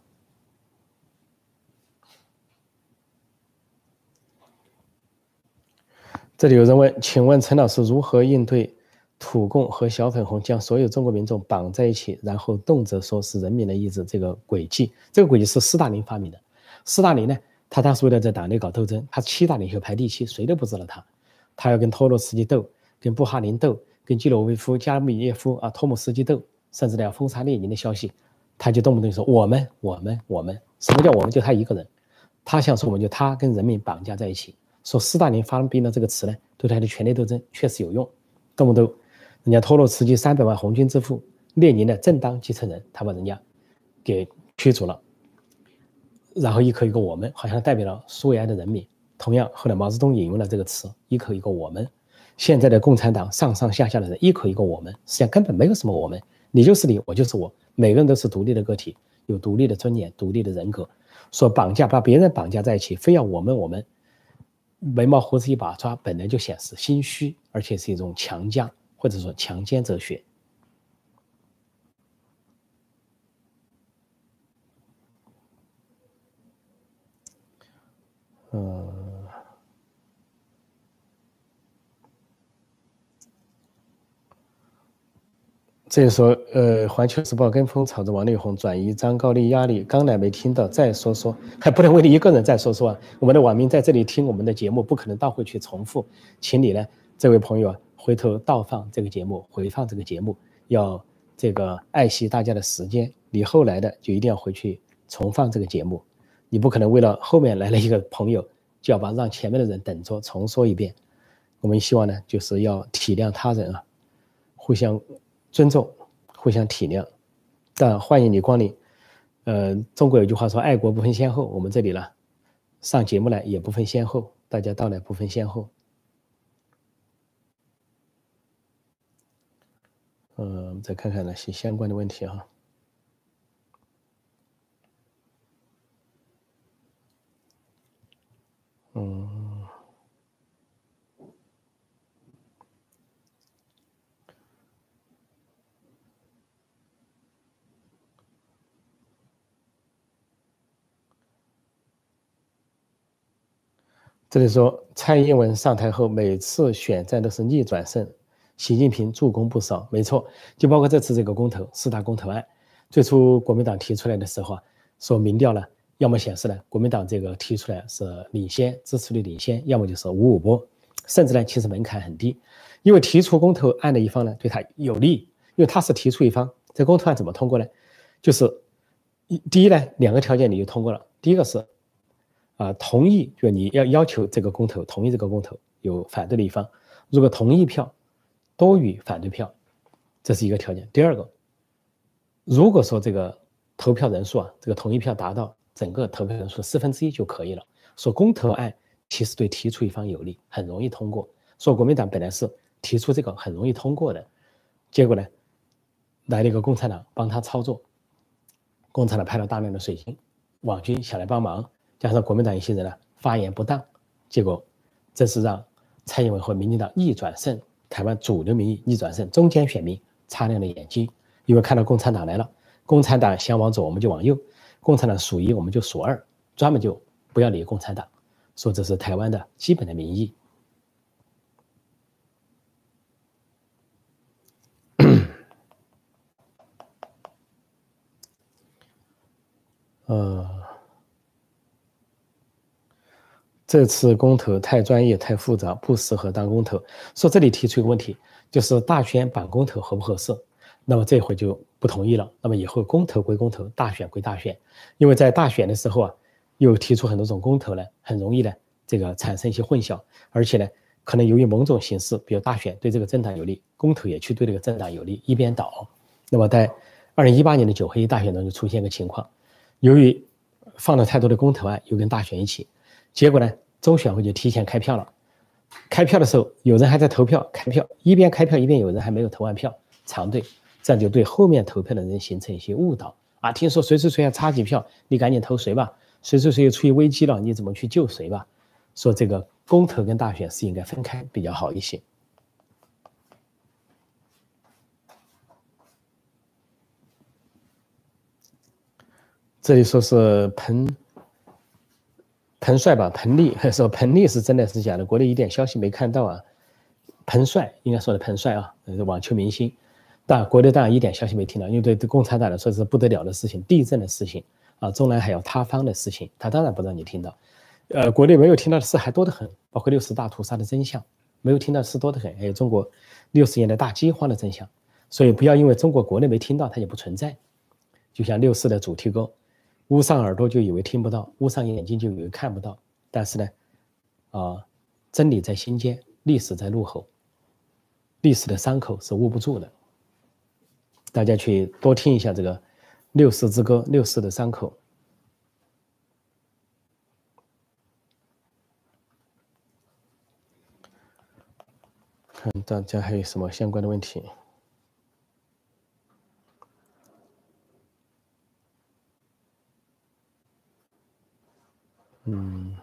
这里有人问，请问陈老师如何应对土共和小粉红将所有中国民众绑在一起，然后动辄说是人民的意志？这个诡计，这个诡计是斯大林发明的。斯大林呢，他当时为了在党内搞斗争，他七大领袖排第七，谁都不知道他，他要跟托洛茨基斗，跟布哈林斗，跟基洛维夫、加米耶夫啊、托姆斯基斗，甚至呢要封杀列宁的消息，他就动不动就说我们、我们、我们。什么叫我们？就他一个人，他想说我们就他跟人民绑架在一起。说斯大林发明的这个词呢，对他的权力斗争确实有用，动不动人家托洛茨基三百万红军之父，列宁的正当继承人，他把人家给驱逐了，然后一口一个我们，好像代表了苏维埃的人民。同样，后来毛泽东引用了这个词，一口一个我们。现在的共产党上上下下的人，一口一个我们，实际上根本没有什么我们，你就是你，我就是我，每个人都是独立的个体，有独立的尊严、独立的人格。说绑架，把别人绑架在一起，非要我们我们。眉毛胡子一把抓，本来就显示心虚，而且是一种强加或者说强奸哲学。嗯，这就说，呃，环球时报跟风炒作王力宏转移张高丽压力，刚来没听到，再说说，还不能为你一个人再说说啊！我们的网民在这里听我们的节目，不可能倒回去重复，请你呢，这位朋友啊，回头倒放这个节目，回放这个节目，要这个爱惜大家的时间，你后来的就一定要回去重放这个节目，你不可能为了后面来了一个朋友，就要把让前面的人等着重说一遍。我们希望呢，就是要体谅他人啊，互相尊重，互相体谅。但欢迎你光临。呃，中国有句话说，爱国不分先后，我们这里呢，上节目来也不分先后，大家到来不分先后。嗯、呃，再看看那些相关的问题哈。嗯。这里说，蔡英文上台后，每次选战都是逆转胜，习近平助攻不少。没错，就包括这次这个公投，四大公投案，最初国民党提出来的时候啊，说民调呢，要么显示呢，国民党这个提出来是领先，支持率领先，要么就是五五波，甚至呢，其实门槛很低，因为提出公投案的一方呢，对他有利，因为他是提出一方，这公投案怎么通过呢？就是第一呢，两个条件你就通过了，第一个是。啊、呃，同意就你要要求这个公投，同意这个公投有反对的一方，如果同意票多于反对票，这是一个条件。第二个，如果说这个投票人数啊，这个同意票达到整个投票人数四分之一就可以了。说公投案其实对提出一方有利，很容易通过。说国民党本来是提出这个很容易通过的，结果呢，来了一个共产党帮他操作，共产党派了大量的水军。 网军想来帮忙，加上国民党一些人呢发言不当，结果这是让蔡英文和民进党逆转胜，台湾主流民意逆转胜，中间选民擦亮了眼睛，因为看到共产党来了，共产党想往左我们就往右，共产党数一我们就数二，专门就不要理共产党，说这是台湾的基本的民意。呃，这次公投太专业太复杂，不适合当公投。说这里提出一个问题，就是大选版公投合不合适？那么这回就不同意了。那么以后公投归公投，大选归大选，因为在大选的时候啊，又提出很多种公投呢，很容易呢这个产生一些混淆，而且呢，可能由于某种形式，比如大选对这个政党有利，公投也去对这个政党有利，一边倒。那么在二零一八年的九合一大选中就出现一个情况。由于放了太多的公投案，又跟大选一起，结果呢，中选会就提前开票了。开票的时候，有人还在投票，开票一边开票一边有人还没有投完票，长队，这样就对后面投票的人形成一些误导啊。听说谁谁谁要差几票，你赶紧投谁吧；谁谁谁又出现危机了，你怎么去救谁吧？说这个公投跟大选是应该分开比较好一些。这里说是彭彭帅吧，彭丽说彭丽是真的是假的，国内一点消息没看到啊。彭帅应该说的彭帅啊，网球明星，但国内当然一点消息没听到，因为对共产党来说是不得了的事情，地震的事情啊，中南海有塌方的事情，他当然不让你听到。呃，国内没有听到的事还多得很，包括六四大屠杀的真相，没有听到的事多得很，还有中国六十年代大饥荒的真相。所以不要因为中国国内没听到，它也不存在。就像六四的主题歌。捂上耳朵就以为听不到，捂上眼睛就以为看不到。但是呢，啊、呃，真理在心间，历史在怒吼，历史的伤口是捂不住的。大家去多听一下这个六四之歌，六四的伤口。看大家还有什么相关的问题？嗯，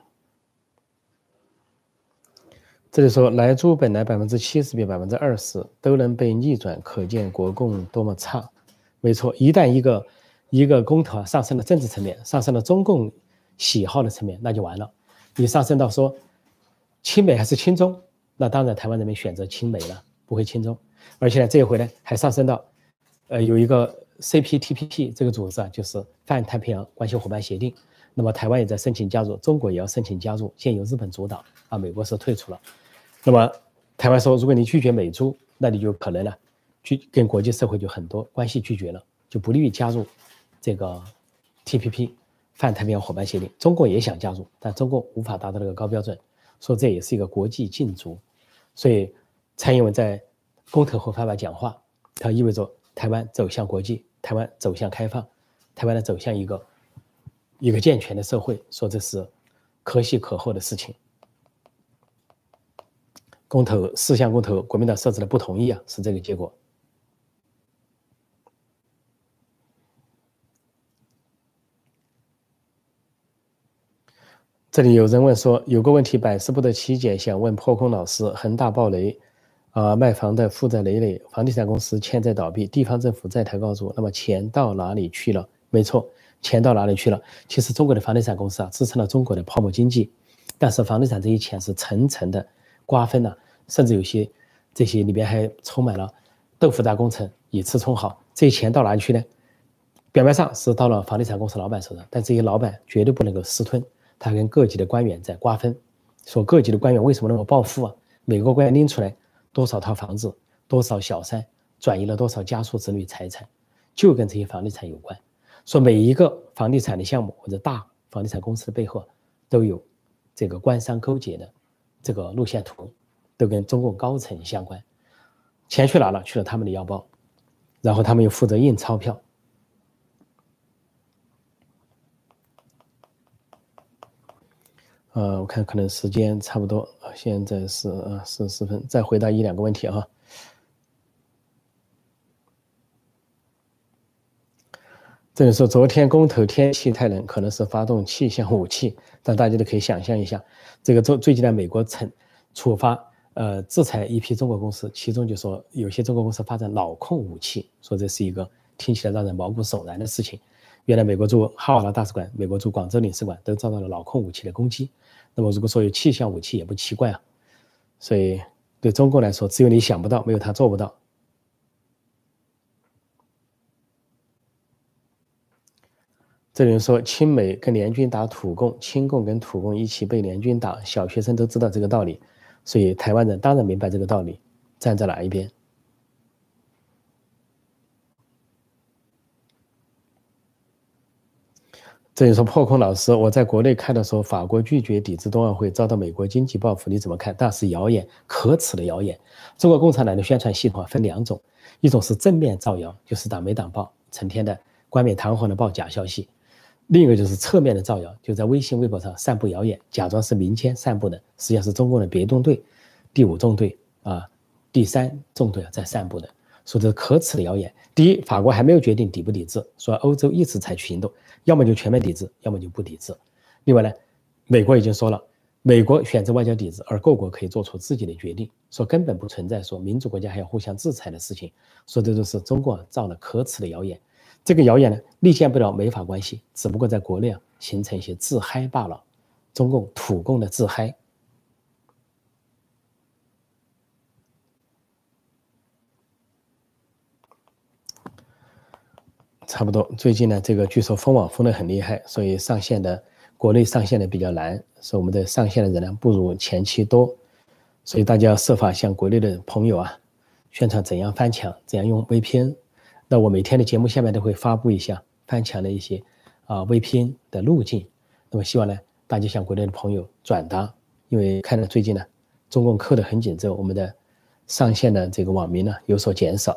这里说莱猪本来百分之七十比百分之二十都能被逆转，可见国共多么差。没错，一旦一个一个公投上升了政治层面，上升了中共喜好的层面，那就完了。你上升到说亲美还是亲中，那当然台湾人民选择亲美了，不会亲中。而且呢，这一回呢还上升到，呃，有一个 C P T P P 这个组织啊，就是泛太平洋关系伙伴协定。那么台湾也在申请加入，中国也要申请加入，现由日本主导啊，美国是退出了。那么台湾说，如果你拒绝美猪，那你就可能呢，拒跟国际社会就很多关系拒绝了，就不利于加入这个 T P P 泛太平洋伙伴协定。中国也想加入，但中共无法达到这个高标准，说这也是一个国际禁足。所以蔡英文在公投后发表讲话，它意味着台湾走向国际，台湾走向开放，台湾呢走向一个。一个健全的社会，说这是可喜可贺的事情。公投四项公投，国民党设置的不同意啊，是这个结果。这里有人问说，有个问题百思不得其解，想问破空老师：恒大暴雷，啊、呃，卖房的负债累累，房地产公司欠债倒闭，地方政府债台高筑，那么钱到哪里去了？没错。钱到哪里去了？其实中国的房地产公司啊，支撑了中国的泡沫经济，但是房地产这些钱是层层的瓜分了、啊，甚至有些这些里边还充满了豆腐渣工程，以次充好。这些钱到哪里去呢？表面上是到了房地产公司老板手上，但这些老板绝对不能够私吞，他跟各级的官员在瓜分。说各级的官员为什么那么暴富啊？每个官员拎出来多少套房子，多少小三，转移了多少家属子女财产，就跟这些房地产有关。说每一个房地产的项目或者大房地产公司的背后都有这个官商勾结的这个路线图，都跟中共高层相关。钱去哪了？去了他们的腰包，然后他们又负责印钞票。呃，我看可能时间差不多，现在是呃四十分，再回答一两个问题啊。 这里说昨天公投天气太冷，可能是发动气象武器，但大家都可以想象一下，这个最最近呢，美国惩处罚呃制裁一批中国公司，其中就说有些中国公司发展脑控武器，说这是一个听起来让人毛骨悚然的事情。原来美国驻哈瓦那大使馆、美国驻广州领事馆都遭到了脑控武器的攻击，那么如果说有气象武器也不奇怪啊。所以对中共来说，只有你想不到，没有他做不到。这里人说，亲美跟联军打土共，亲共跟土共一起被联军打，小学生都知道这个道理，所以台湾人当然明白这个道理，站在哪一边。这里说破空老师，我在国内看的时候，法国拒绝抵制冬奥会，遭到美国经济报复，你怎么看？那是谣言，可耻的谣言。中国共产党的宣传系统分两种，一种是正面造谣，就是党媒党报成天的冠冕堂皇的报假消息；另一个就是侧面的造谣，就在微信、微博上散布谣言，假装是民间散布的，实际上是中共的别动队、第五纵队啊、第三纵队啊在散布的。说这是可耻的谣言。第一，法国还没有决定抵不抵制，说欧洲一直采取行动，要么就全面抵制，要么就不抵制。另外呢，美国已经说了，美国选择外交抵制，而各国可以做出自己的决定，说根本不存在说民主国家还要互相制裁的事情，说这都是中国造了可耻的谣言。这个谣言呢，立见不了美法关系，只不过在国内啊形成一些自嗨罢了，中共土共的自嗨。差不多，最近呢，这个据说封网封得很厉害，所以上线的国内上线的比较难，所以我们的上线的人呢不如前期多，所以大家要设法向国内的朋友啊宣传怎样翻墙，怎样用 V P N。那我每天的节目下面都会发布一下翻墙的一些啊 V P N 的路径，那么希望呢大家向国内的朋友转达，因为看到最近呢中共扣得很紧之后，我们的上线的这个网民呢有所减少。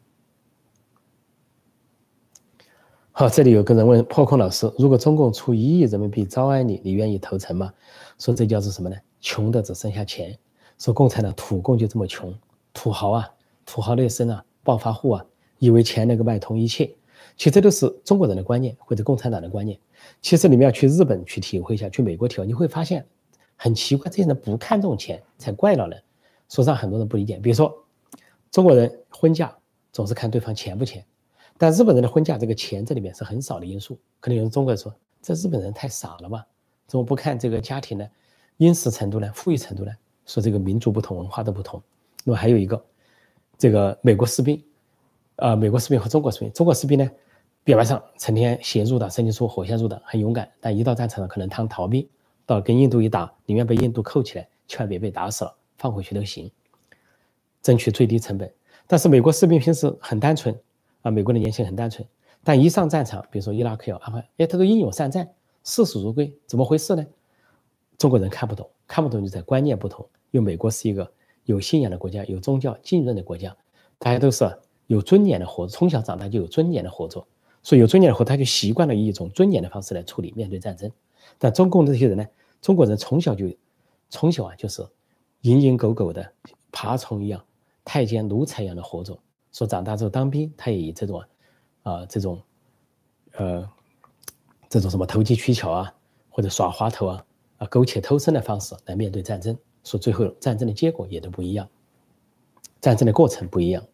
好，这里有个人问破空老师，如果中共出一亿人民币招安你，你愿意投诚吗？说这叫做什么呢？穷的只剩下钱。说共产党土共就这么穷，土豪啊，土豪劣绅啊，暴发户啊，以为钱能够买通一切。其实这都是中国人的观念或者共产党的观念。其实你们要去日本去体会一下，去美国体会，你会发现很奇怪，这些人不看重钱才怪了呢。说让很多人不理解，比如说中国人婚嫁总是看对方钱不钱。但日本人的婚嫁，这个钱这里面是很少的因素。可能有人中国人说，这日本人太傻了吧？怎么不看这个家庭呢？殷实程度呢？富裕程度呢？说这个民族不同，文化都不同。那么还有一个，这个美国士兵，啊、呃，美国士兵和中国士兵，中国士兵呢，表面上成天写入党、申请书、火线入党，很勇敢，但一到战场上可能当逃兵，到跟印度一打，宁愿被印度扣起来，千万别被打死了，放回去都行，争取最低成本。但是美国士兵平时很单纯。啊，美国的年轻人很单纯，但一上战场，比如说伊拉克、阿富汗，哎，他都英勇善战，视死如归，怎么回事呢？中国人看不懂，看不懂就在观念不同。因为美国是一个有信仰的国家，有宗教浸润的国家，大家都是有尊严的活，从小长大就有尊严的活着，所以有尊严的活，他就习惯了以一种尊严的方式来处理面对战争。但中共的这些人呢，中国人从小就从小啊就是蝇营狗苟的爬虫一样，太监奴才一样的活着。说长大之后当兵，他也以这种，啊、呃、这种，呃，这种什么投机取巧啊，或者耍滑头啊，啊苟且偷生的方式来面对战争。说最后战争的结果也都不一样，战争的过程不一样。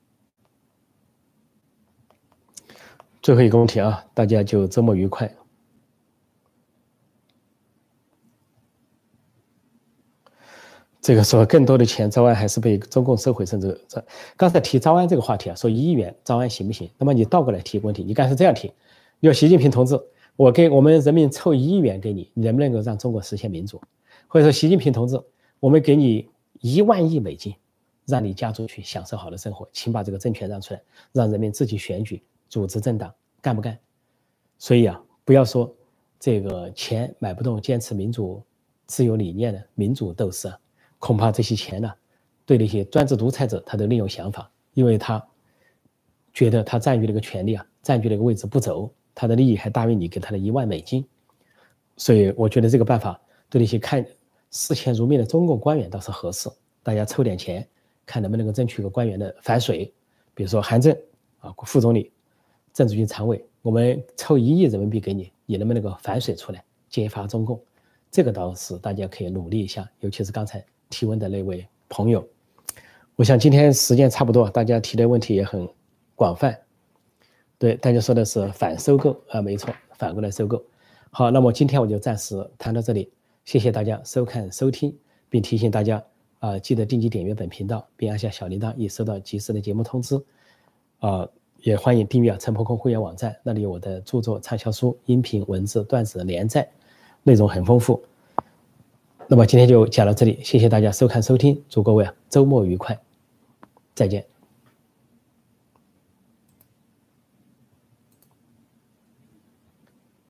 最后一个问题啊，大家就周末愉快。这个说更多的钱招安还是被中共收回，甚至这刚才提招安这个话题啊，说一亿元招安行不行？那么你倒过来提一个问题，你干脆这样提：要习近平同志，我给我们人民凑一亿元给你，你能不能够让中国实现民主？或者说习近平同志，我们给你一万亿美金，让你家族去享受好的生活，请把这个政权让出来，让人民自己选举组织政党，干不干？所以啊，不要说这个钱买不动坚持民主自由理念的民主斗士啊。恐怕这些钱呢，对那些专制独裁者他都另有想法，因为他觉得他占据这个权利啊，占据这个位置不走，他的利益还大于你给他的一万美金。所以我觉得这个办法对那些看视钱如命的中共官员倒是合适，大家凑点钱，看能不能够争取个官员的反水，比如说韩正啊，副总理、政治局常委我们凑一亿人民币给你，你能不能够反水出来，揭发中共？这个倒是大家可以努力一下，尤其是刚才提问的那位朋友。我想今天时间差不多，大家提的问题也很广泛。对，大家说的是反收购啊，没错，反过来收购。好，那么今天我就暂时谈到这里，谢谢大家收看收听，并提醒大家啊、呃，记得定期点阅本频道，并按下小铃铛，以收到及时的节目通知。啊、呃，也欢迎订阅陈破空会员网站，那里有我的著作、畅销书、音频、文字、段子连载。内容很丰富，那么今天就讲到这里，谢谢大家收看收听，祝各位周末愉快，再见。